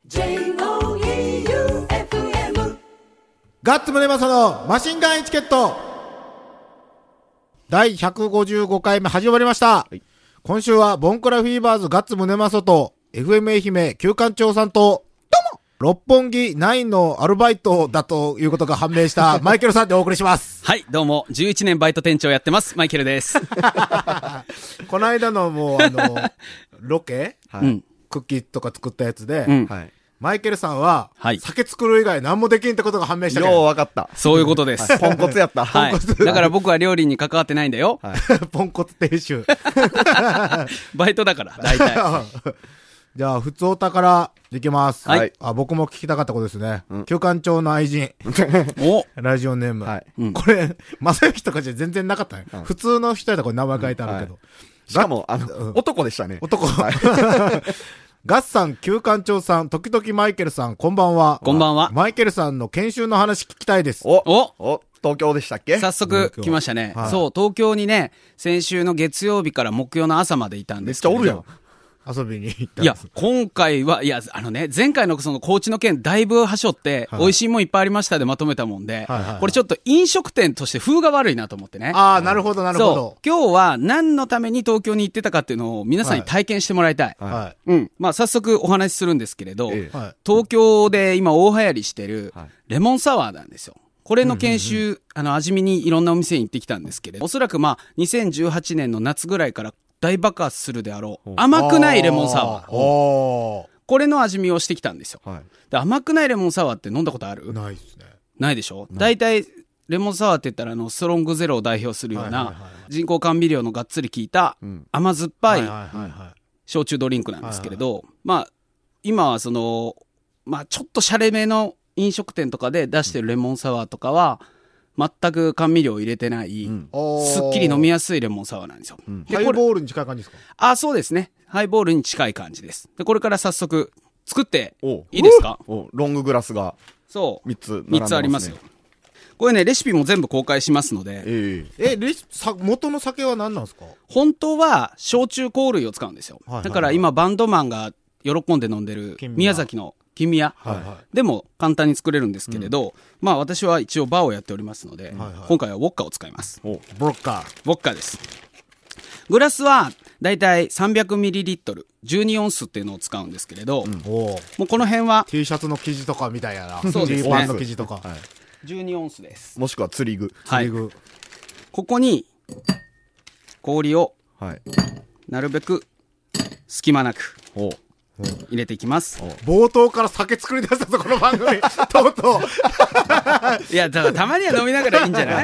J-O-E-U-F-M ガッツムネマソのマシンガンエチケット第155回目始まりました、今週はボンクラフィーバーズガッツムネマソと FM 愛媛旧館長さんと六本木9のアルバイトだということが判明したマイケルさんでお送りしますはい、どうも11年バイト店長やってますマイケルですこの間のもうロケ、 はい、 クッキーとか作ったやつで、 はい、 マイケルさんは、 はい、 酒作る以外何もできんってことが判明したけど。 よう分かった。 そういうことです。 ポンコツやった。 はい。だから僕は料理に関わってないんだよ。 はい、 ポンコツ亭主。 バイトだから、大体。 じゃあ、普通お宝いきます。 はい。 僕も聞きたかったことですね。旧館長の愛人。 おラジオネーム。 はい。 これ、正幸とかじゃ全然なかったね。普通の人やったらこれ名前書いてあるけど。 しかも、男でしたね。 男。ガッさん、旧館長さん、時々マイケルさん、こんばんは。 こんばんは。 マイケルさんの研修の話聞きたいです。 お、東京でしたっけ？ 早速来ましたね。そう、東京にね、先週の月曜日から木曜の朝までいたんですけど。 めっちゃおるやん。 遊びに行ったんです。 いや、今回は、いや、前回のその高知の県だいぶはしょって、美味しいもんいっぱいありましたでまとめたもんで、これちょっと飲食店として風が悪いなと思ってね。 ああ、なるほど、なるほど。 そう。今日は何のために東京に行ってたかっていうのを皆さんに体験してもらいたい。 はい。 うん。まあ、早速お話しするんですけれど、 はい、 東京で今大流行りしてるレモンサワーなんですよ。これの研修、味見にいろんなお店に行ってきたんですけれど、おそらくまあ、2018年の夏ぐらいから大爆発するであろう甘くないレモンサワー、これの味見をしてきたんですよ、はい、で甘くないレモンサワーって飲んだことある？ ないですね。 ないでしょ。大体レモンサワーって言ったらストロングゼロを代表するような人工甘味料のがっつり効いた甘酸っぱい焼酎ドリンクなんですけれど、まあ今はまあちょっとシャレめの飲食店とかで出してるレモンサワーとかは全く甘味料を入れてない、すっきり飲みやすいレモンサワーなんですよ。 でハイボールに近い感じですか？ そうですね。ハイボールに近い感じです。で、これから早速作っていいですか？ ロンググラスがそう 3つ並んでますね。 3つありますよ。これね、レシピも全部公開しますので。 元の酒は何なんですか？ 本当は焼酎香類を使うんですよ。だから今バンドマンが喜んで飲んでる宮崎の金宮でも簡単に作れるんですけれど、まあ私は一応バーをやっておりますので、今回はウォッカを使います。 ウォッカです。グラスはだいたい 300ml 12オンスっていうのを使うんですけれど、もうこの辺は T シャツの生地とかみたいやな。 そうですね。 ジーパンの生地とか、 12オンスです。 もしくは釣り具。 はい、ここに氷をなるべく隙間なく入れていきます。 冒頭から酒作り出したぞこの番組とうとういやだからたまには飲みながらいいんじゃない？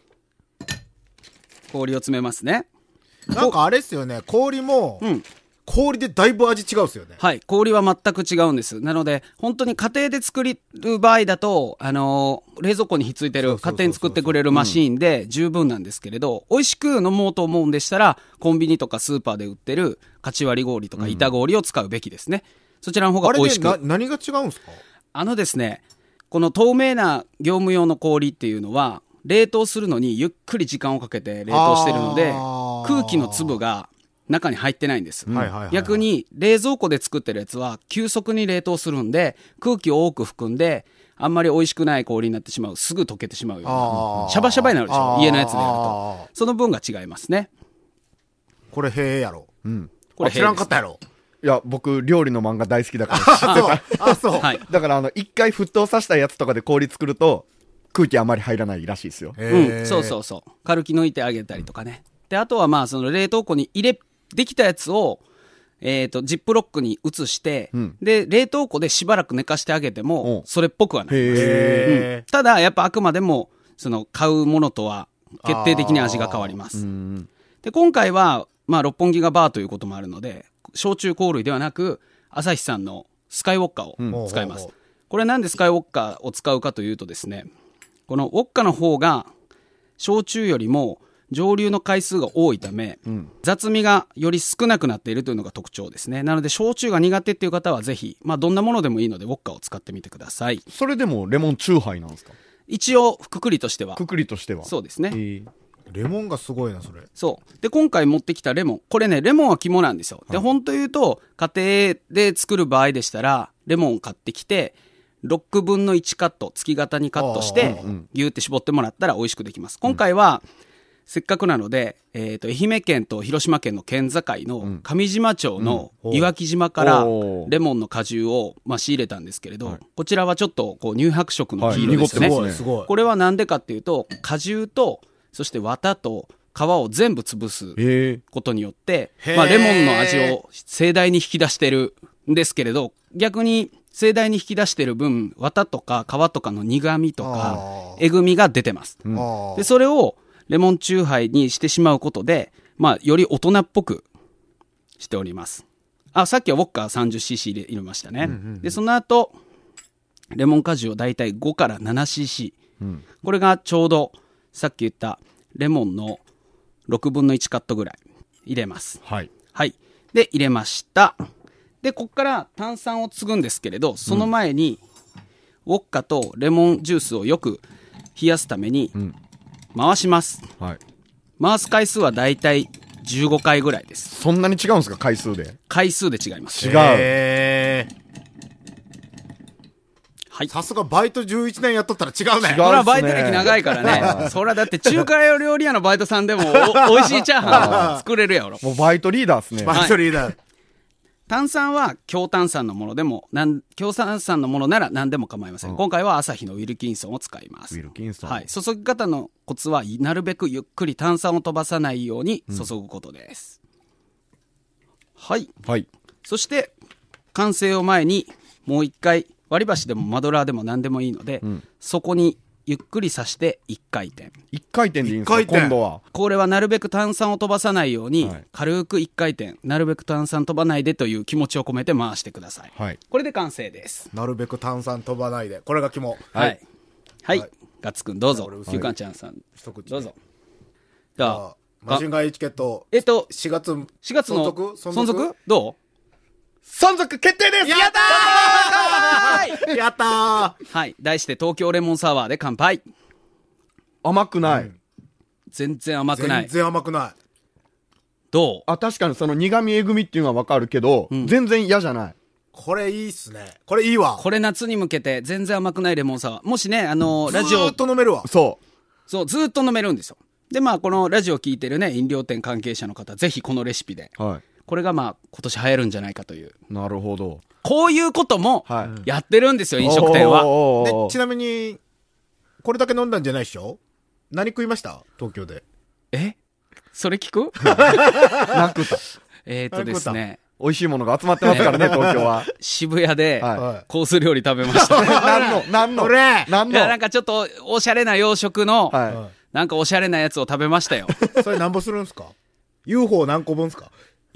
氷を詰めますね。 なんかあれっすよね、氷も、氷でだいぶ味違うっすよね。 はい、氷は全く違うんです。なので本当に家庭で作る場合だと冷蔵庫にひっついてる勝手に作ってくれるマシーンで十分なんですけれど、美味しく飲もうと思うんでしたらコンビニとかスーパーで売ってるかち割り氷とか板氷を使うべきですね。そちらの方が美味しく。 あれで何が違うんですか？ ですね、この透明な業務用の氷っていうのは冷凍するのにゆっくり時間をかけて冷凍してるので空気の粒が中に入ってないんです、逆に冷蔵庫で作ってるやつは急速に冷凍するんで空気を多く含んであんまり美味しくない氷になってしまう、すぐ溶けてしまうようなシャバシャバになるでしょ、家のやつでやると。その分が違いますね。 これへえやろ、 これ知らんかったやろ。 いや僕料理の漫画大好きだからそう、 はい、だから一回沸騰させたやつとかで氷作ると空気あまり入らないらしいですよ。 そう軽気抜いてあげたりとかね。であとはまあその冷凍庫にできたやつをジップロックに移して、で冷凍庫でしばらく寝かしてあげてもそれっぽくはない、ただやっぱあくまでも買うものとは決定的に味が変わります。で今回はまあ六本木がバーということもあるので焼酎香類ではなく朝日さんのスカイウォッカを使います、これなんでスカイウォッカを使うかというとですね、このウォッカの方が焼酎よりも蒸留の回数が多いため、雑味がより少なくなっているというのが特徴ですね。なので焼酎が苦手っていう方はぜひ、まあ、どんなものでもいいのでウォッカを使ってみてください。 それでもレモンチューハイなんですか？ 一応くくりとしてはくくりとしてはそうですね。 レモンがすごいな、それ。 そう。で、今回持ってきたレモン。これね、レモンは肝なんですよ。で、本当言うと、家庭で作る場合でしたら、レモンを買ってきて、6分の1カット、月型にカットして、ギューって絞ってもらったら美味しくできます。今回は、せっかくなので、愛媛県と広島県の県境の上島町の岩木島からレモンの果汁を、仕入れたんですけれど、こちらはちょっとこう乳白色の黄色ですね。 はい、濁ってますね。 すごい。 これはなんでかっていうと、果汁と、そして綿と皮を全部潰すことによって、レモンの味を盛大に引き出してるんですけれど、逆に盛大に引き出してる分、綿とか皮とかの苦味とか、えぐみが出てます。で、それをレモンチューハイにしてしまうことで、より大人っぽくしております。さっきはウォッカ 30cc 入れましたね。で、その後、レモン果汁をだいたい5から 7cc。これがちょうど、さっき言ったレモンの6分の1カットぐらい入れます。 はい。 はい。で、入れました。で、ここから炭酸を継ぐんですけれど、その前に、ウォッカとレモンジュースをよく冷やすために、回します。 はい。 回す回数はだいたい15回ぐらいです。 そんなに違うんですか、回数で。 回数で違います。 違う。 はい。 さすがバイト11年やっとったら違うね。 違うこれはバイト歴長いからね。それはだって中華料理屋のバイトさんでも美味しいチャーハン作れるやろ。 もうバイトリーダーっすね。 バイトリーダー。 炭酸は強炭酸のものでも、強炭酸のものなら何でも構いません。今回はアサヒのウィルキンソンを使います。 ウィルキンソン。 はい。注ぎ方のコツは、なるべくゆっくり炭酸を飛ばさないように注ぐことです。はい。 はい。 そして、完成を前に、もう一回、割り箸でもマドラーでも何でもいいので、そこにゆっくり刺して1回転。 1回転でいいんですか、 一回転今度は。 これはなるべく炭酸を飛ばさないように、 はい軽く1回転、なるべく炭酸飛ばないでという気持ちを込めて回してください。 はい。 これで完成です。 なるべく炭酸飛ばないで。これが肝。 はい。はい。 はいガッツくんどうぞ。 はいヒューカンちゃんさん、 一口。 どうぞ。じゃあ、 マシンガンエチケット。 4 4月。4 月の存続どう存続決定です。 やったーやったーはい。題して東京レモンサワーで乾杯。 甘くない。 全然甘くない全。然甘くない。 どうあ、確かにその苦味えぐみっていうのはわかるけど、全然嫌じゃない。 これいいっすね。これいいわ。 これ夏に向けて全然甘くないレモンサワー。もしね、ラジオずーっ、と飲めるわ。 そそう、ずーっと飲めるんですよ。で、このラジオ聞いてるね、飲料店関係者の方、ぜひこのレシピで。 う。はい。 これが今年流行るんじゃないかという。 なるほど。 こういうこともはいやってるんですよ、飲食店は。 でおーおーおーちなみに、これだけ飲んだんじゃないっしょ？何食いました東京で。 それ聞くなくた。 ですね、 美味しいものが集まってますからね、東京は。 渋谷ではコース料理食べました。 何のこれ何のいや、なんかちょっとおしゃれな洋食の、 はなんかおしゃれなやつを食べましたよ。 それなんぼするんすか？ UFO 何個分すか？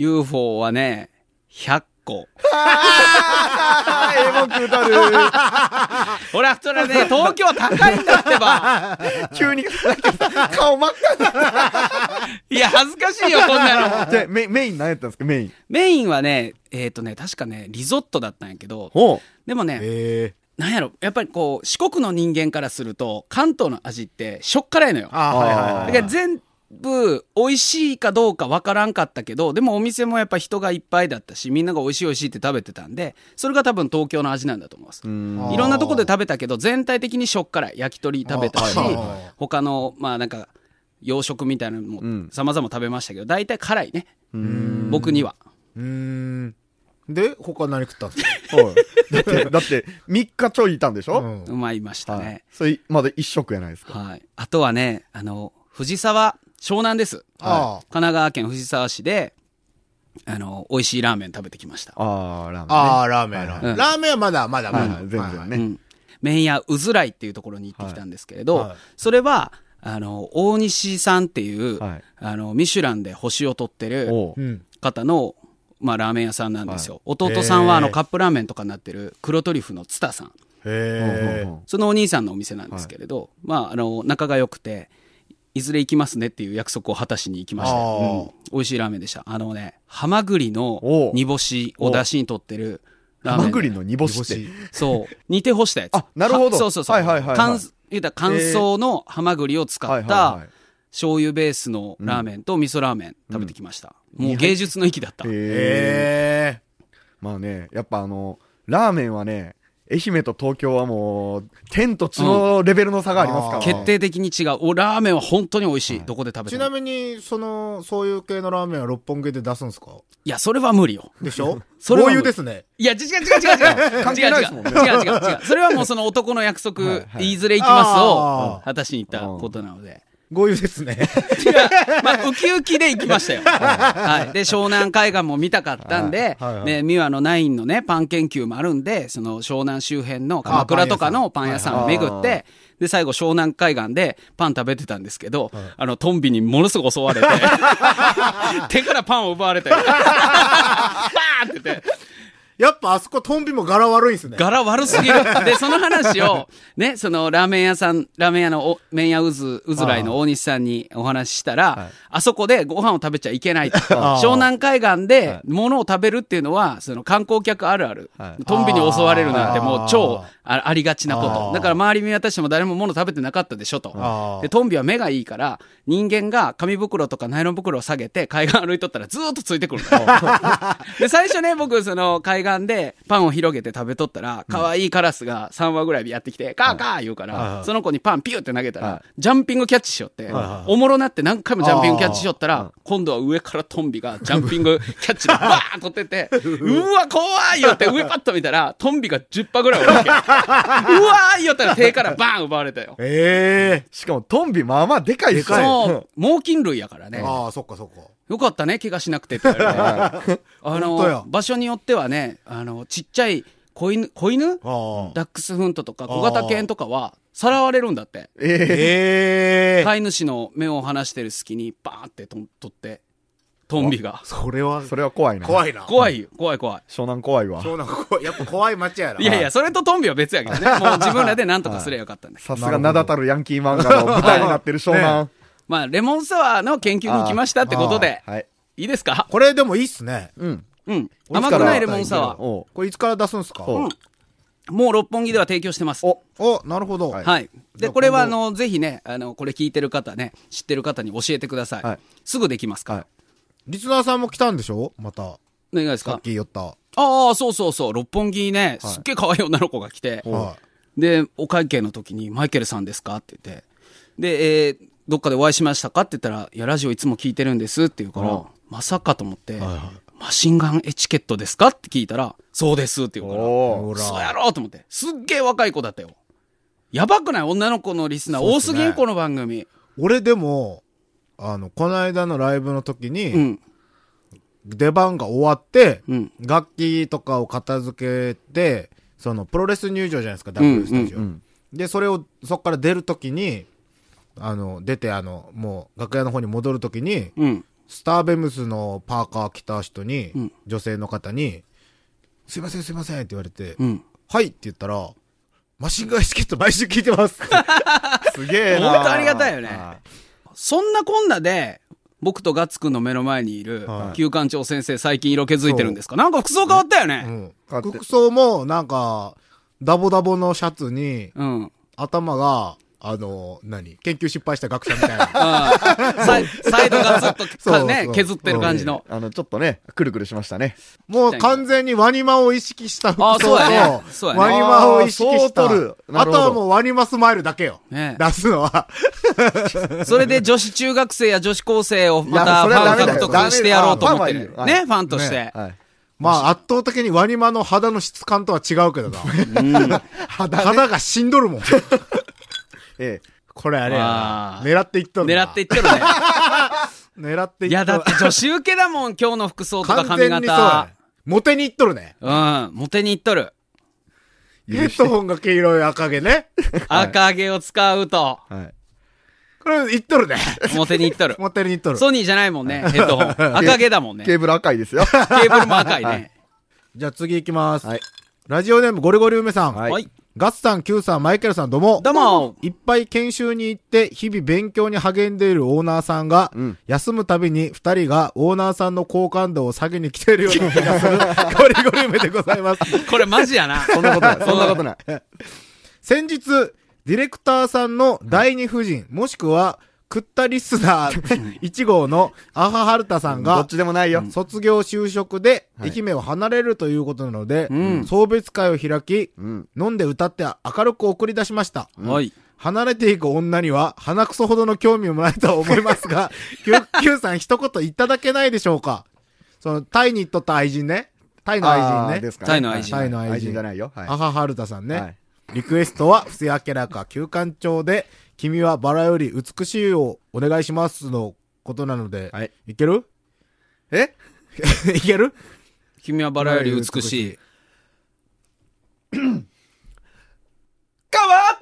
UFO はね、100個。 い。ええもん食うとる。 ほら、それね、東京は高いんだってば。 急に、顔真っ赤に。 いや、恥ずかしいよ、こんなの。 じゃあメイン何やったんですか、メイン。 メインはね、確かね、リゾットだったんやけど、 ほでもね、 えなんやろ、やっぱりこう、四国の人間からすると、関東の味ってしょっからいのよ。 あ、はいはいはい。 だから全部美味しいかどうかわからんかったけど、でもお店もやっぱ人がいっぱいだったし、みんなが美味しい美味しいって食べてたんで、それが多分東京の味なんだと思います。いろんなとこで食べたけど、全体的にしょっからい。焼き鳥食べたしあはいはいはい、 他の、なんか、洋食みたいなのも様々食べましたけど、大体辛いね。僕には。 で、他何食ったんすか？ う。だって、3日ちょいいたんでしょ、 うんうまいましたはいね。 それ、まだ一食やないですか。 はい。あとはね、藤沢、湘南です。 あ神奈川県藤沢市で、美味しいラーメン食べてきました。 あー、ラーメン、ね。 あー、ラーメンの。 うんラーメンはまだ。 はい全然ね。 うん。麺屋うずらいっていうところに行ってきたんですけれど、 はいそれは、大西さんっていう、 はいミシュランで星を取ってるおううん。 方の、ラーメン屋さんなんですよ。弟さんは、 へーカップラーメンとかになってる黒トリュフのツタさん。 へえ。 そのお兄さんのお店なんですけれど、仲が良くて、いずれ行きますねっていう約束を果たしに行きましたよ。美味しいラーメンでした。ハマグリの煮干しを出汁に取ってるラーメンで。 ハマグリの煮干しって。 そう。煮て干したやつ。 あなるほどそうそうそう。 はいはいはいはい言うたら乾燥のハマグリを使はいったはいはい醤油ベースのラーメンと味噌ラーメン食べてきました。もう芸術の域だった。 えまあね、やっぱラーメンはね、愛媛と東京はもう、天と地のレベルの差がありますから。 決定的に違う。ラーメンは本当に美味しい。どこで食べても。 ちなみに、そういう系のラーメンは六本木で出すんですか？ いや、それは無理よ。 でしょそれは豪遊ですね。 いや、違う。 関係ないですもんね違う。それはもうその男の約束、言いずれ行きますを果たしに行ったことなので。 豪遊ですね。 違う。まあ、ウキウキで行きましたよ。はい。で、湘南海岸も見たかったんで、ね、三輪のナインのね、パン研究もあるんで、その湘南周辺の鎌倉とかのパン屋さんを巡って、で、最後湘南海岸でパン食べてたんですけど、トンビにものすごく襲われて、手からパンを奪われて、バーンって言って、 やっぱあそこトンビも柄悪いんですね。 柄悪すぎる。で、その話を、ね、そのラーメン屋の麺屋うずらいの大西さんにお話ししたら、あそこでご飯を食べちゃいけないと。湘南海岸で物を食べるっていうのは、その観光客あるある。トンビに襲われるなんてもう超ありがちなこと。だから周り見渡しても誰も物食べてなかったでしょと。で、トンビは目がいいから、人間が紙袋とかナイロン袋を下げて海岸歩いとったらずーっとついてくるんだよ。で、最初ね、僕、その海岸でパンを広げて食べとったら、可愛いカラスが3羽ぐらいやってきて、カーカー言うから、その子にパンピューって投げたら、ジャンピングキャッチしよって、おもろなって何回もジャンピングキャッチしよったら、今度は上からトンビがジャンピングキャッチでバーン取ってて、うわ、怖いよって上パッと見たら、トンビが10羽ぐらいおるわけ。うわーいよったら手からバーン奪われたよ。 しかもトンビまあまあでかいですよ。 そう、猛禽類やからね。 ああ、そっか。 よかったね、怪我しなくてって言われて。 本当や場所によってはね、ちっちゃい子犬ダックスフントとか小型犬とかは、さらわれるんだって。飼い主の目を離してる隙に、バーンって取って、トンビが。 それは怖いな。 怖いよ。怖い。 湘南怖いわ。 そうなんかやっぱ怖い街やな。 いや、それとトンビは別やけどね。もう自分らで何とかすればよかったんです。 さすが名だたるヤンキー漫画の舞台になってる湘南。 まあ、レモンサワーの研究に来ましたってことで、いいですか？ これでもいいっすね。 甘くないレモンサワー。 これいつから出すんすか？ もう六本木では提供してます。 なるほど。 はい。で、これはぜひね、これ聞いてる方ね、知ってる方に教えてください。すぐできますから。 リスナーさんも来たんでしょ？また。 何がですか？ さっき言った。 ああ、そう。六本木ね、すっげえ可愛い女の子が来て、で、お会計の時に、マイケルさんですかって言って、で、どっかでお会いしましたかって言ったら、いや、ラジオいつも聞いてるんですって言うから、まさかと思って、マシンガンエチケットですかって聞いたら、そうですって言うから、そうやろうと思って、すっげえ若い子だったよ。やばくない？女の子のリスナー、多すぎんこの番組。 俺でも、この間のライブの時に、出番が終わって、楽器とかを片付けて、その、プロレス入場じゃないですか、W スタジオ。で、そっから出る時に、出てもう楽屋の方に戻るときに、スターベムスのパーカー着た人に、女性の方に、すいませんって言われて、はいって言ったら、マシンガンエチケット毎週聞いてます。 すげえな。 本当ありがたいよね。そんなこんなで、僕とガッツくんの目の前にいる、旧館長先生最近色気づいてるんですか？なんか服装変わったよね。 服装もなんか、ダボダボのシャツに、頭が、研究失敗した学者みたいな。 サイドがずっとね、削ってる感じの。 ちょっとね、くるくるしましたね。 もう完全にワニマを意識した服装と、 ワニマを意識した。あとはもうワニマスマイルだけよ。出すのは。 それで女子中学生や女子高生をまたファン獲得してやろうと思ってる。ね、ファンとして。 まあ圧倒的にワニマの肌の質感とは違うけどな。肌がしんどるもん。これあれやな。狙っていっとるね。 狙っていっとる。いや、だって女子受けだもん、今日の服装とか髪型。 モテにいっとるね。 モテにいっとる。 ヘッドホンが黄色い赤毛ね。 赤毛を使うと。 これいっとるね。 モテにいっとる。 モテにいっとる。 ソニーじゃないもんね、ヘッドホン。赤毛だもんね。 ケーブル赤いですよ。 ケーブルも赤いね。 じゃあ次行きます。ラジオネームゴリゴリ梅さん。ガッツさん、Q さん、マイケルさん、どうも。 どうも。 いっぱい研修に行って、日々勉強に励んでいるオーナーさんが、休むたびに二人がオーナーさんの好感度を下げに来ているような気がする、ゴリゴリ梅でございます。 これマジやな。 そんなことない。 先日、ディレクターさんの第二夫人、もしくは、 クッタリスナー1号のアハハルタさんがどっちでもないよ。 卒業就職ではい愛媛を離れるということなので、 うん送別会を開き、 うん。 飲んで歌って明るく送り出しました。 はい。 離れていく女には鼻くそほどの興味もないとは思いますが、Q さん一言いただけないでしょうか。その、タイに行っとった愛人ね。タイの愛人ね。 ですかねタイの愛人タイの愛人愛人じゃないよ。はい。 アハハルタさんね。 はいリクエストは、布施明らか旧館長で、君はバラより美しいをお願いしますのことなので、 はい。 いけるえいける君はバラより美しい。 変わった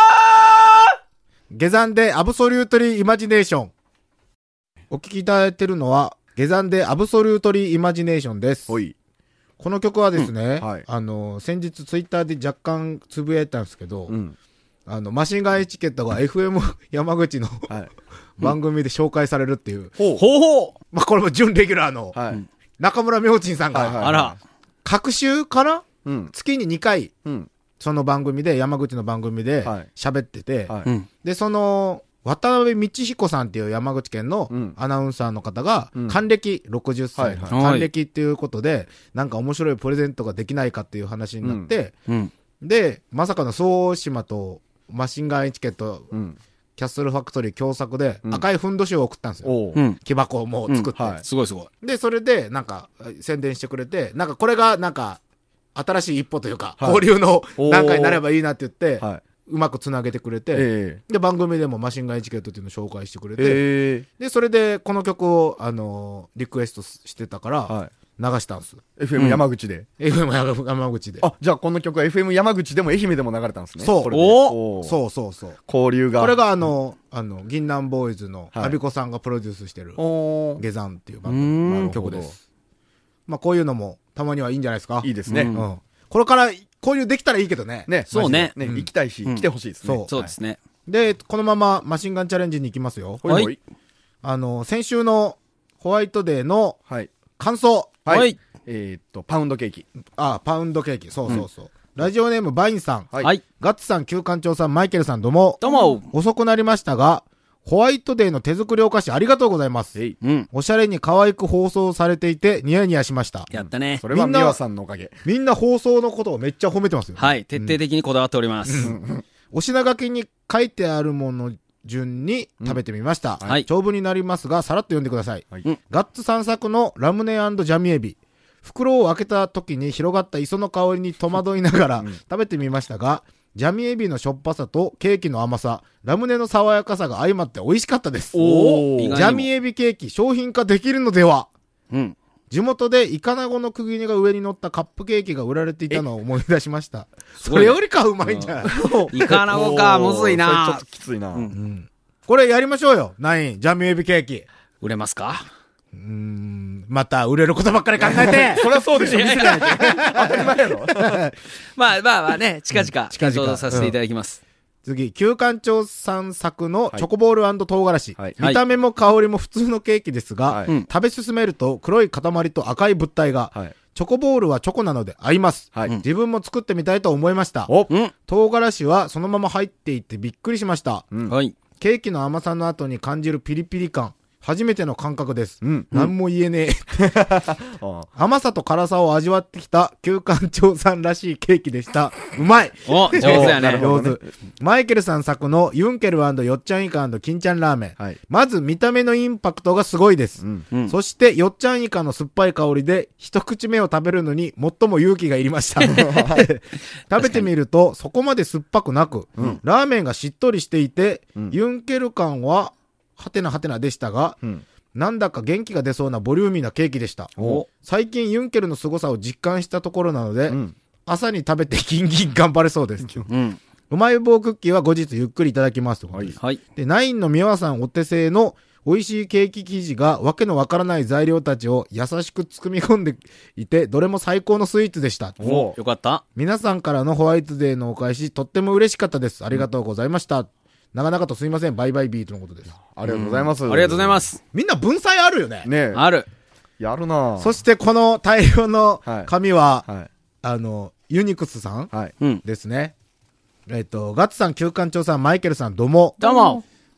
下山でアブソリュートリーイマジネーション。お聞きいただいているのは、下山でアブソリュートリーイマジネーションです。 ほい。 この曲はですね、 うんはい先日ツイッターで若干つぶやいたんですけど、 うん。 マシンガンエチケットが FM 山口のはい。 番組で紹介されるっていう。 ほう。 ほうほう。 まあ、これも準レギュラーのはい。 中村明珍さんが、 はいはいあら。 各週かなうん。 月に2回、 うん。 その番組で、山口の番組ではい喋ってて、 はい。 うん。 で、その、渡辺道彦さんっていう山口県のうんアナウンサーの方がうん、 還暦60歳のはいはい還暦っていうことで、なんか面白いプレゼントができないかっていう話になって、 うん。 で、まさかの総大島とマシンガンエチケット、 うん。 キャッスルファクトリー共作でうん赤いふんどしを送ったんですよ。 おうう。ん。 木箱をもう作って。 うんはいすごいすごい。 で、それで、なんか、宣伝してくれて、なんかこれが、なんか、新しい一歩というか、 はい交流のおー段階になればいいなって言って、 はい。 うまくつなげてくれて、 えで、番組でもマシンガンエチケットっていうのを紹介してくれて、 えで、それで、この曲を、リクエストしてたから、 は流したんです。 い。FM 山口で。 FM 山口で。 あ、じゃあこの曲は FM 山口でも愛媛でも流れたんですね。 そうこれでおう。 そうそうそう。 交流が。 これが銀杏ボーイズの、 はいアビコさんがプロデュースしてる、 おー下山っていう番うー組、 ん曲です。まあ、こういうのも、たまにはいいんじゃないですか。 いいですね。 うんうん。これから、交流できたらいいけどね。 ね。 そうねマジでうん行きたいし、 うん来てほしいですね。 そうそうですね。 で、このままマシンガンチャレンジに行きますよ。 はいほいほい。 先週のホワイトデーのはい。 感想。 はい。 はい。 パウンドケーキ。 パウンドケーキ。そうそうそう。ラジオネームバインさん。 はいはい。 ガッツさん、旧館長さん、マイケルさん、どうも。 どうも。 遅くなりましたが、ホワイトデーの手作りお菓子ありがとうございます。 えい。 うん。 おしゃれに可愛く放送されていて、ニヤニヤしました。 やったねそ。れはみんな美和さんのおかげ。 みんな放送のことをめっちゃ褒めてますよ、ね。 はい。徹底的にこだわっております。 お品書きに書いてあるもの順に食べてみました。 うんはい長文になりますが、さらっと読んでください。 はいうんガッツ散策のラムネジャミエビ。袋を開けた時に広がった磯の香りに戸惑いながら食べてみましたが、ジャミエビのしょっぱさとケーキの甘さ、ラムネの爽やかさが相まって美味しかったです。 おー意外にもジャミエビケーキ商品化できるのでは。 うん。 地元でイカナゴの釘が上に乗ったカップケーキが売られていたのを思い出しました。それよりかうまいんじゃない、 イカナゴか、むずいおーそれちょなっと。きついな。 うんこれやりましょうよ。ナイン、ジャミエビケーキ。 売れますか？ また売れることばっかり考えて。 そりゃそうでしょ、見せないと。当たり前やろ。 まあまあまあね、近々、 近々 検討させていただきます。 次、旧館長さん作のチョコボール唐辛子、 はい見た目も香りも普通のケーキですが、 はいうん食べ進めると黒い塊と赤い物体が、 はい。 チョコボールはチョコなので合います。 はい。 自分も作ってみたいと思いました。 おうん。 唐辛子はそのまま入っていてびっくりしました。 うん。 はい。 ケーキの甘さの後に感じるピリピリ感。初めての感覚です。 うん。 何も言えねえ。 あ甘さと辛さを味わってきた旧館長さんらしいケーキでした。うまいお、上手やねなる。ほ上手。マイケルさん作のユンケル&よっちゃんイカ&金ちゃんラーメン。 はい。 まず見た目のインパクトがすごいです。 うん。 うん。 そしてよっちゃんイカの酸っぱい香りで一口目を食べるのに最も勇気がいりました。食べてみるとそこまで酸っぱくなく、ラーメンがしっとりしていて、 うんユンケル感ははてなはてなでしたが、 うん。 なんだか元気が出そうなボリューミーなケーキでした。 お、 最近ユンケルの凄さを実感したところなので、 うん。 朝に食べてギンギン頑張れそうです。 うん。 うまい棒クッキーは後日ゆっくりいただきますということです。 はい。 で、ナインのミワさんお手製の美味しいケーキ生地がわけのわからない材料たちを優しく包み込んでいて、どれも最高のスイーツでした。 お、よかった。 皆さんからのホワイトデーのお返し、とっても嬉しかったです。ありがとうございました。長々とすいません。バイバイビートのことです。 ありがとうございます。 ありがとうございま。す。 みんな文才あるよね。 ねえ。 ある。 やるなそしてこの大量の紙は、 はい。 ユニクスさんはい。 うん。 ですね。ガッツさん、旧館長さん、マイケルさん、どうも。 どうも。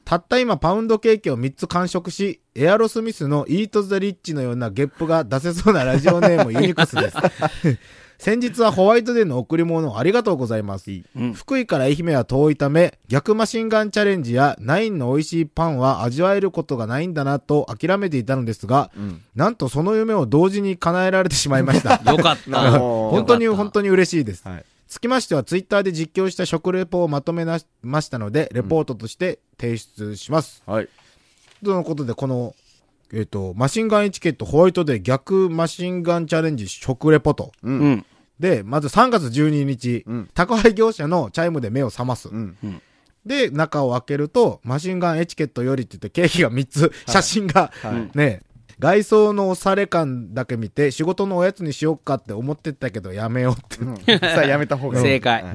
たった今パウンドケーキを3つ完食し、エアロスミスのイートザリッチのようなゲップが出せそうなラジオネームユニクスです。先日はホワイトデーの贈り物をありがとうございます。福井から愛媛は遠いため、逆マシンガンチャレンジやナインの美味しいパンは味わえることがないんだなと諦めていたのですが、なんとその夢を同時に叶えられてしまいました。 よかった。 本当に嬉しいです。 はい。 つきましてはツイッターで実況した食レポをまとめましたので、レポートとして提出します。 はい。 ということで、この、マシンガンエチケットホワイトデー逆マシンガンチャレンジ食レポと。 うん。 で、まず3月12日、宅配業者のチャイムで目を覚ます。で、中を開けると、マシンガンエチケットよりって言ってケーキが3つ、写真が、ね、外装のおされ感だけ見て、仕事のおやつにしようかって思ってたけど、やめようって。 さあやめた方がいい。 正解。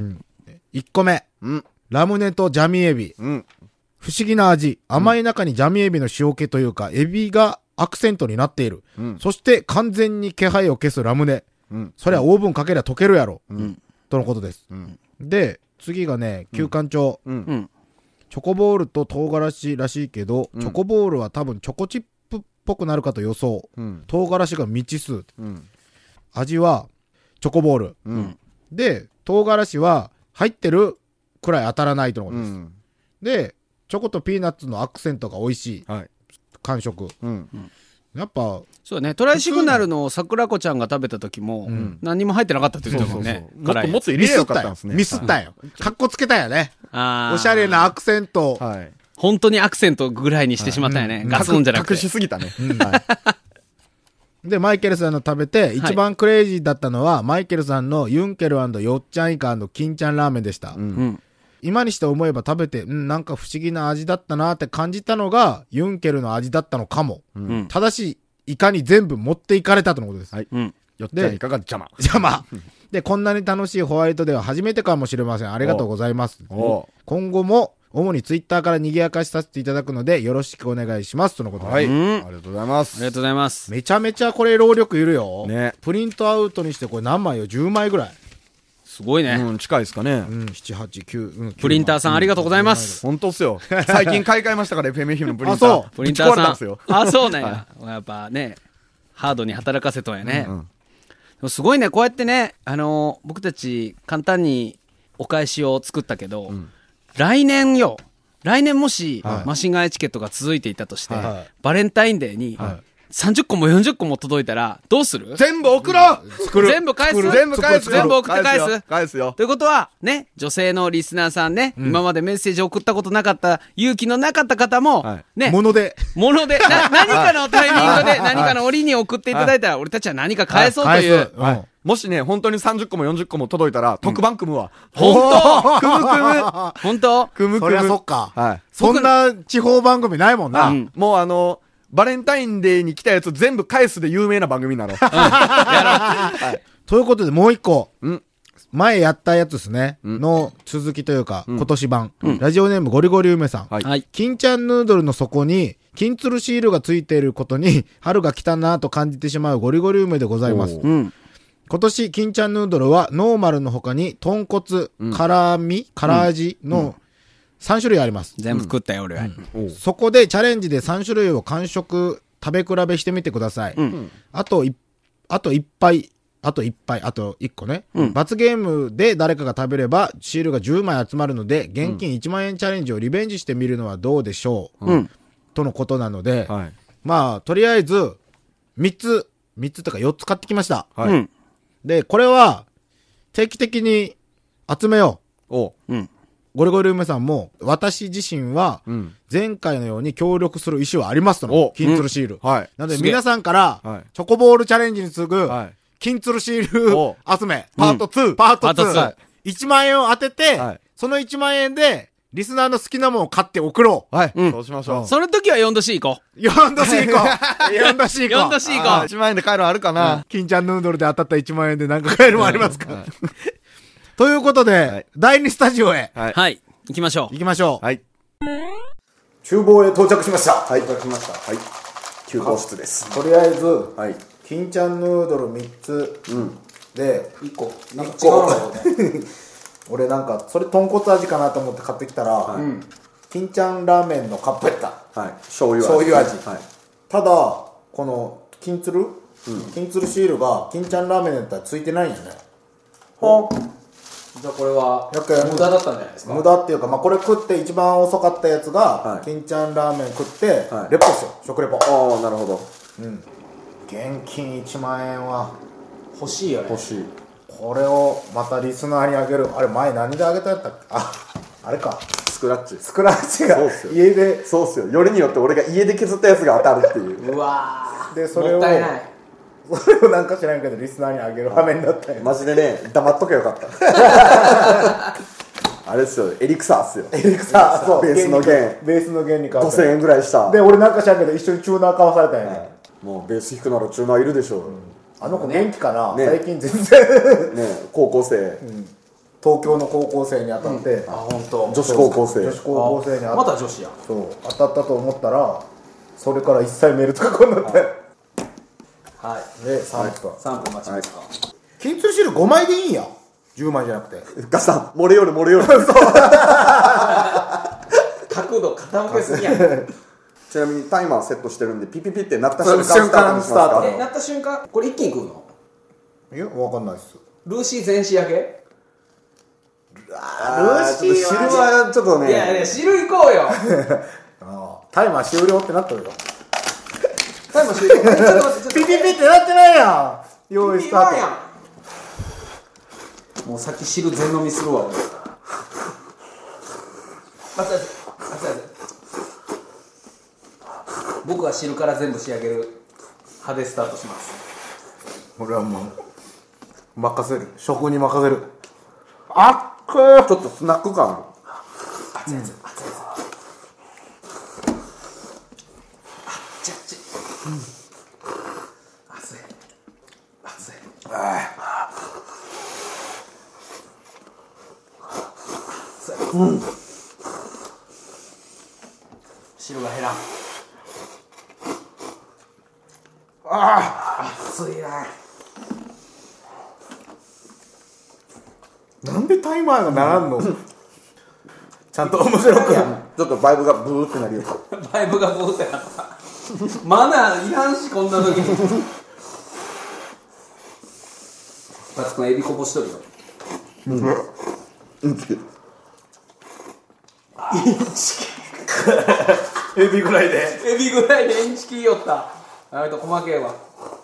1個目、ラムネとジャミエビ。不思議な味。甘い中にジャミエビの塩気というか、エビがアクセントになっている。そして完全に気配を消すラムネ。そりゃオーブンかけりゃ溶けるやろ。とのことです。で、次がね、旧館長。チョコボールと唐辛子らしいけど、チョコボールは多分チョコチップっぽくなるかと予想。唐辛子が未知数。味はチョコボール。で、唐辛子は入ってるくらい当たらないとのことです。で、チョコとピーナッツのアクセントが美味しい。感触。やっぱ、 そうね、トライシグナルの桜子ちゃんが食べた時も、何も入ってなかったって言ってたもんね。 もっと入れればよかったんですね。 ミスったよ。かっこつけたよね。おしゃれなアクセント。 本当にアクセントぐらいにしてしまったよね。ガツンじゃなくて。 隠しすぎたね。 で、マイケルさんの食べて、一番クレイジーだったのは、マイケルさんのユンケル&よっちゃんイカ&金ちゃんラーメンでした。今にして思えば食べて、なんか不思議な味だったなって感じたのが、ユンケルの味だったのかも。ただし、イカに全部持っていかれたとのことです。 よっちゃんイカが邪魔。 で、こんなに楽しいホワイトデーは初めてかもしれません。ありがとうございます。今後も、主にツイッターから賑やかしさせていただくので、よろしくお願いします。とのことです。 はい。ありがとうございます。 ありがとうございます。 めちゃめちゃこれ労力いるよ。 ね。 プリントアウトにしてこれ何枚よ ?10 枚ぐらい。 すごいね。 近いですかね。 7、8、9。 プリンターさんありがとうございます。 本当っすよ。最近買い替えましたから、FM のプリンター。 プリンターさん。そうね。やっぱね、ハードに働かせとんやね。すごいね、こうやってね、僕たち簡単にお返しを作ったけど、来年もし、マシンガンエチケットが続いていたとして、バレンタインデーに、30個も40個も届いたら、どうする？ 全部送ろう！ 全部返す？ 全部返す！ 全部送って返す？ 返すよ。 ということは、ね、女性のリスナーさんね、今までメッセージ送ったことなかった、勇気のなかった方も、ね、 物で、 何かのタイミングで、何かの折に送っていただいたら、俺たちは何か返そうという。 もしね、本当に30個も40個も届いたら、特番組むわ。 本当組む。 そりゃそっか。そんな地方番組ないもんな。 もうバレンタインデーに来たやつ全部返すで有名な番組なの。 ということでもう一個。前やったやつですね。の続きというか、今年版。ラジオネームゴリゴリ梅さん。金ちゃんヌードルの底に、金鶴シールがついていることに、春が来たなと感じてしまうゴリゴリ梅でございます。今年、金ちゃんヌードルは、ノーマルの他に、豚骨、辛味の3種類あります。 全部作ったよ、俺は。 そこでチャレンジで3種類を完食、食べ比べしてみてください。あと1個ね。罰ゲームで誰かが食べれば、シールが10枚集まるので、現金1万円チャレンジをリベンジしてみるのはどうでしょう。とのことなので、まあ、とりあえず、3つとか4つ買ってきました。で、これは、定期的に集めよう。ゴリゴリ梅さんも、私自身は、前回のように協力する意思はありますとの、金鶴シール。なので、皆さんから、チョコボールチャレンジに次ぐ、金鶴シール集め、パート2。1万円を当てて、その1万円で、リスナーの好きなものを買って送ろう。 そうしましょう。 その時は4度 C 行こう。 4度 C 行こう。4度 C 行こう。 4度 C 行こう。 1万円で買えるのあるかな。 金ちゃんヌードルで当たった1万円で何か買えるもありますか？ということで、第2スタジオへ。 はい。行きましょう。 行きましょう。 はい。 厨房へ到着しました。 はい、到着しました。はい。給湯室です。 とりあえず、 はい。 金ちゃんヌードル3つ。で、1個。なんか違うのよね。俺なんか、それ豚骨味かなと思って買ってきたら、 金ちゃんラーメンのカップやった。 はい。醤油味。はい。 ただ、この金鶴シールが金ちゃんラーメンだったらついてないんよね。 じゃあこれはやっぱり無駄だったんじゃないですか。 無駄っていうか、まあこれ食って一番遅かったやつが、 はい金ちゃんラーメン食って、 はいレポですよ、食レポ。 ああ、なるほど。 現金1万円は欲しいよね。 欲しい。 これをまたリスナーにあげる。あれ前何であげたやったっけ。あれか、 スクラッチ。 スクラッチがそうっすよ家で。 そうっすよ。よりによって俺が家で削ったやつが当たるっていう。 うわー、 でそれをもったいない。 それをなんか知らんけどリスナーにあげる羽目になったよ。 マジでね、黙っとけよかった。あれですよ、エリクサーっすよ。 エリクサー、そう、 ベースの弦ベースの弦に変わった 5000円ぐらいした。 で俺なんか知らんけど一緒にチューナー買わされたんやね。 もうベース弾くならチューナーいるでしょう。 あの子元気かな、 ね最近全然ね、高校生、 東京の高校生に当たって、 あ、本当。 女子高校生。 女子高校生にまた女子や。 そう当たったと思ったら、それから一切メールとか来んなって、 はい。 で3分、 3分待ちますか。 金鶴シール5枚でいいんや、10枚じゃなくて。 ガさん、漏れよる漏れよる。 角度傾けすぎやん。 ちなみにタイマーセットしてるんで、ピピピってなったそう瞬間スタートにしますか。 瞬間スタートなった瞬間、これ一気に食うの？ いや分かんないっす。 ルーシー全紙焼け？ ルーシー汁はちょっとね。 いやいや、汁いこうよ。 タイマー終了ってなってるよ。 タイム終了。ちょっと待って、ちょっと。 ピピピってなってないやん。用意スタート。 やん。もうさっき汁全飲みするわ。熱々。僕は汁から全部仕上げる派でスタートします。 俺はもう任せる、食に任せる。あっくー、 ちょっとスナック感。 熱々。熱い。汁が減らん。熱いな。 なんでタイマーがならんの。ちゃんと面白く。 ちょっとバイブがブーってなるよ。 バイブがブーってなった。マナーいらんし、こんな時に。バツくんエビこぼしとるよ。 エビぐらいで。 エビぐらいでインチキ言いよった。あれと細けえわ。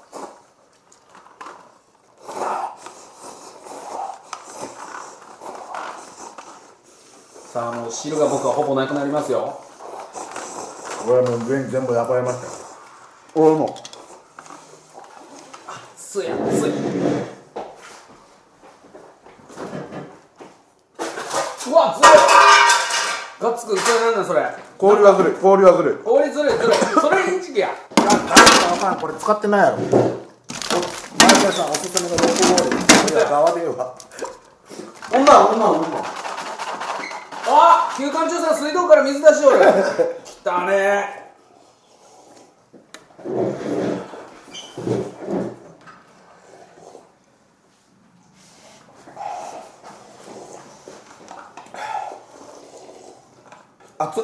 さあ、もう汁が僕はほぼなくなりますよ。 俺はもう全部やばいましたよ。 俺も。 熱い。うわ、ずるい。ガッツくん、それなんだそれ。 氷はずるい。 氷ずるい。それインチキや。 誰かわからん、これ使ってないやろ。マイケルさんおすすめのロックボール。いや、側で言うわ。 ほんま。 あ、休館長さん水道から水出しおる。来たね。 熱い。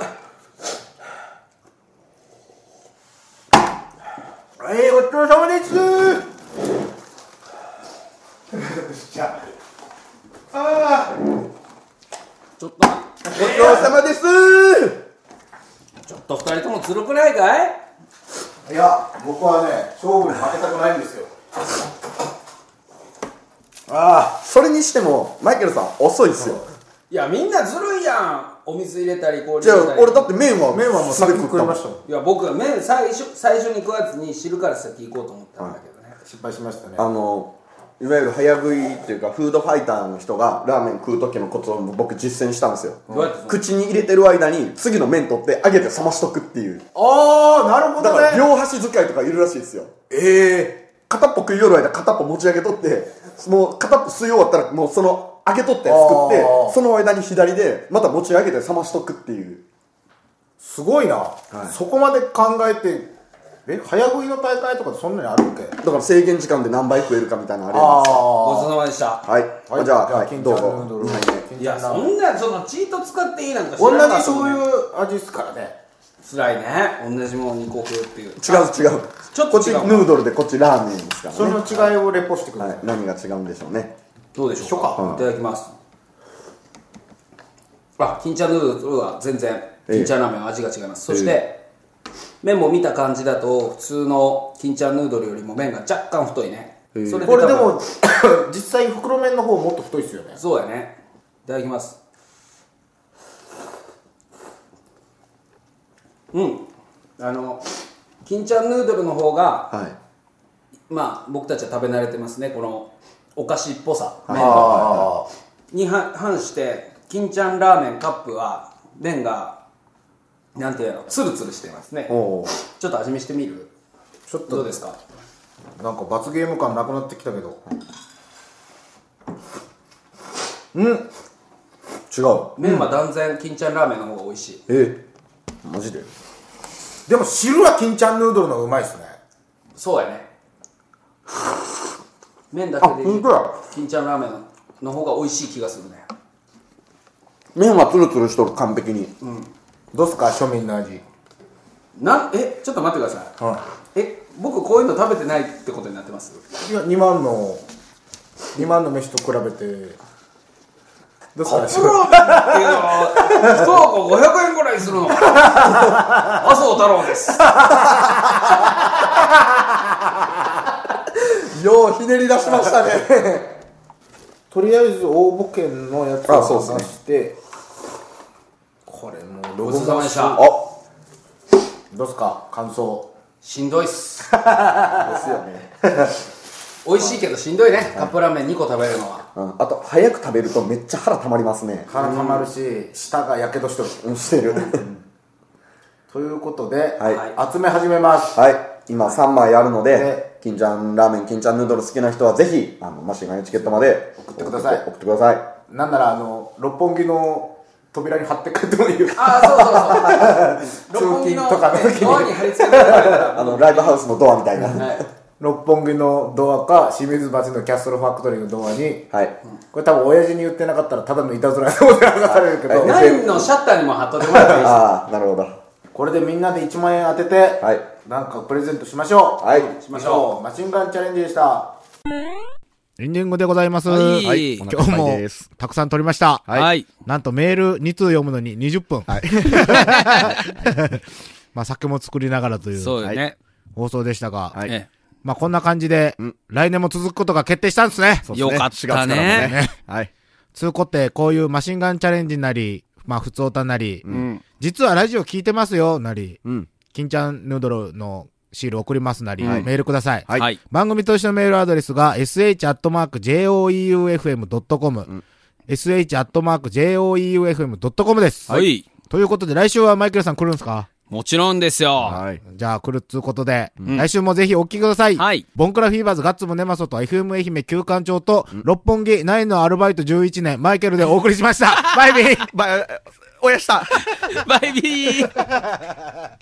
ごちそうさまです。じゃあ。 ちょっと、 ごちそうさまです。 ちょっと二人ともずるくないかい？ いや、僕はね、勝負に負けたくないんですよ。 それにしてもマイケルさん遅いっすよ。 いや、みんなずるいやん。お水入れたり氷じゃあ入れたり。 俺だって麺はもう先に食いましたもん。 いや、僕は麺最初に食わずに汁から先行こうと思ったんだけどね。 失敗しましたね。 いわゆる早食いっていうかフードファイターの人がラーメン食う時のコツを僕実践したんですよ。 どうやって口に入れてる間に次の麺取って揚げて冷ましとくっていう。 なるほだどね。 から両端使いとかいるらしいですよ。片っぽ食いよる間片っぽ持ち上げとってもう片っぽ吸い終わったらもうその揚げとったやつ食ってその間に左でまた持ち上げて冷ましとくっていう。 すごいな、そこまで考えて。早食いの大会とかってそんなにあるっけ。 だから制限時間で何倍食えるかみたいなのあれごちそうさまでした。 はい、じゃあ、はい、 金ちどうぞゃんヌードル 2杯目。 いや、そ金ちゃんラーメン。 んな、そのチート使っていいなんか知同じらなかった醤もんね。 油味ですからね。 辛いね。同じもの2個食うっていう。 違う。 ちょっと違うこっちヌードルでこっちラーメンですからそね。 の違いをレポしてください。 はい。何が違うんでしょうね。 どうでしょうか。 一緒いただきます。あ、金ちゃんヌードルは全然、 ええ金ちゃんラーメンは味が違います。そして、麺も見た感じだと、普通の金ちゃんヌードルよりも麺が若干太いね。 ええそれこれで多分も、実際袋麺の方もっと太いですよね。 そうやね。いただきます。金ちゃんヌードルの方が、 はい。 まあ僕たちは食べ慣れてますね。このお菓子っぽさ、麺があに反して金ちゃんラーメンカップは麺がなんていうの、ツルツルしてますね。 おー。 ちょっと味見してみる？ ちょっとどうですか？ なんか罰ゲーム感なくなってきたけど。うん。違う。 麺は断然金ちゃんラーメンの方が美味しい。 マジででも汁は金ちゃんヌードルの方がうまいですね。 そうやね。麺だけであ本当や金ちゃんラーメンの方が美味しい気がするね。 麺はツルツルしとる、完璧に。 どうすか庶民の味。 ちょっと待ってください。 は僕こういうの食べてないってことになってます？ い。いや、2万の飯と比べて、どうすかカップラーメンっていうのは1箱500円ぐらいするの。麻生太郎です。 ようひねり出しましたね。 とりあえず応募券のやつをあそうですね出して、これもうロごちそうさまでした。 どうすか感想。 しんどいっす。 ですよね。 美味しいけどしんどいね。カップラーメン2個食べるのは。 あと、早く食べるとめっちゃ腹たまりますね。 腹たまるし、舌がやけどしてる。 してる。 ということで、 はい集め始めます。 はい。今3枚あるのでで、 金ちゃんラーメン、金ちゃんヌードル好きな人はぜひ、マシンガンエチケットまで送ってください送ってください。 なんなら六本木の扉に貼って帰ってもいいよ。 ああ、そうそうそう。六本木の通勤とかの時にドアに貼り付けてくれたら。 ライブハウスのドアみたいな。 はい。 六本木のドアか清水橋のキャッスルファクトリーのドアに、 はい。 これ多分親父に言ってなかったらただのいたずらなことで話されるけど、 はいナインのシャッターにも貼っといてもらっていいですか？ ああ、なるほど。 これでみんなで1万円当てて、 はい。 なんかプレゼントしましょう。 はい。 しましょマシンガンチャレンジでした。エンディングでございます。 はいはい今日もたくさん撮りました。 う。はい。 なんとメール2通読むのに20分。まあ酒も作りながらというそうよね。 放送でしたが、 はいえまあこんな感じで、来年も続くことが決定したんですね。 そうですねよかったね 4月からもはい。 通行ってこういうマシンガンチャレンジなり、まあ普通歌なり、実はラジオ聞いてますよなり、金ちゃんヌードルのシール送りますなり、メールください。 え。はい。 番組としてのメールアドレスが sh@joeufm.com、sh@joeufm.com です。 はい。 ということで来週はマイケルさん来るんですか？ もちろんですよ。 はい。 じゃあ来るっつうことで、来週もぜひお聞きください。 はい。 ボンクラフィーバーズガッツムネマソと FM 愛媛旧館長と、六本木9のアルバイト11年、マイケルでお送りしました。バイビーおやした。 バイビー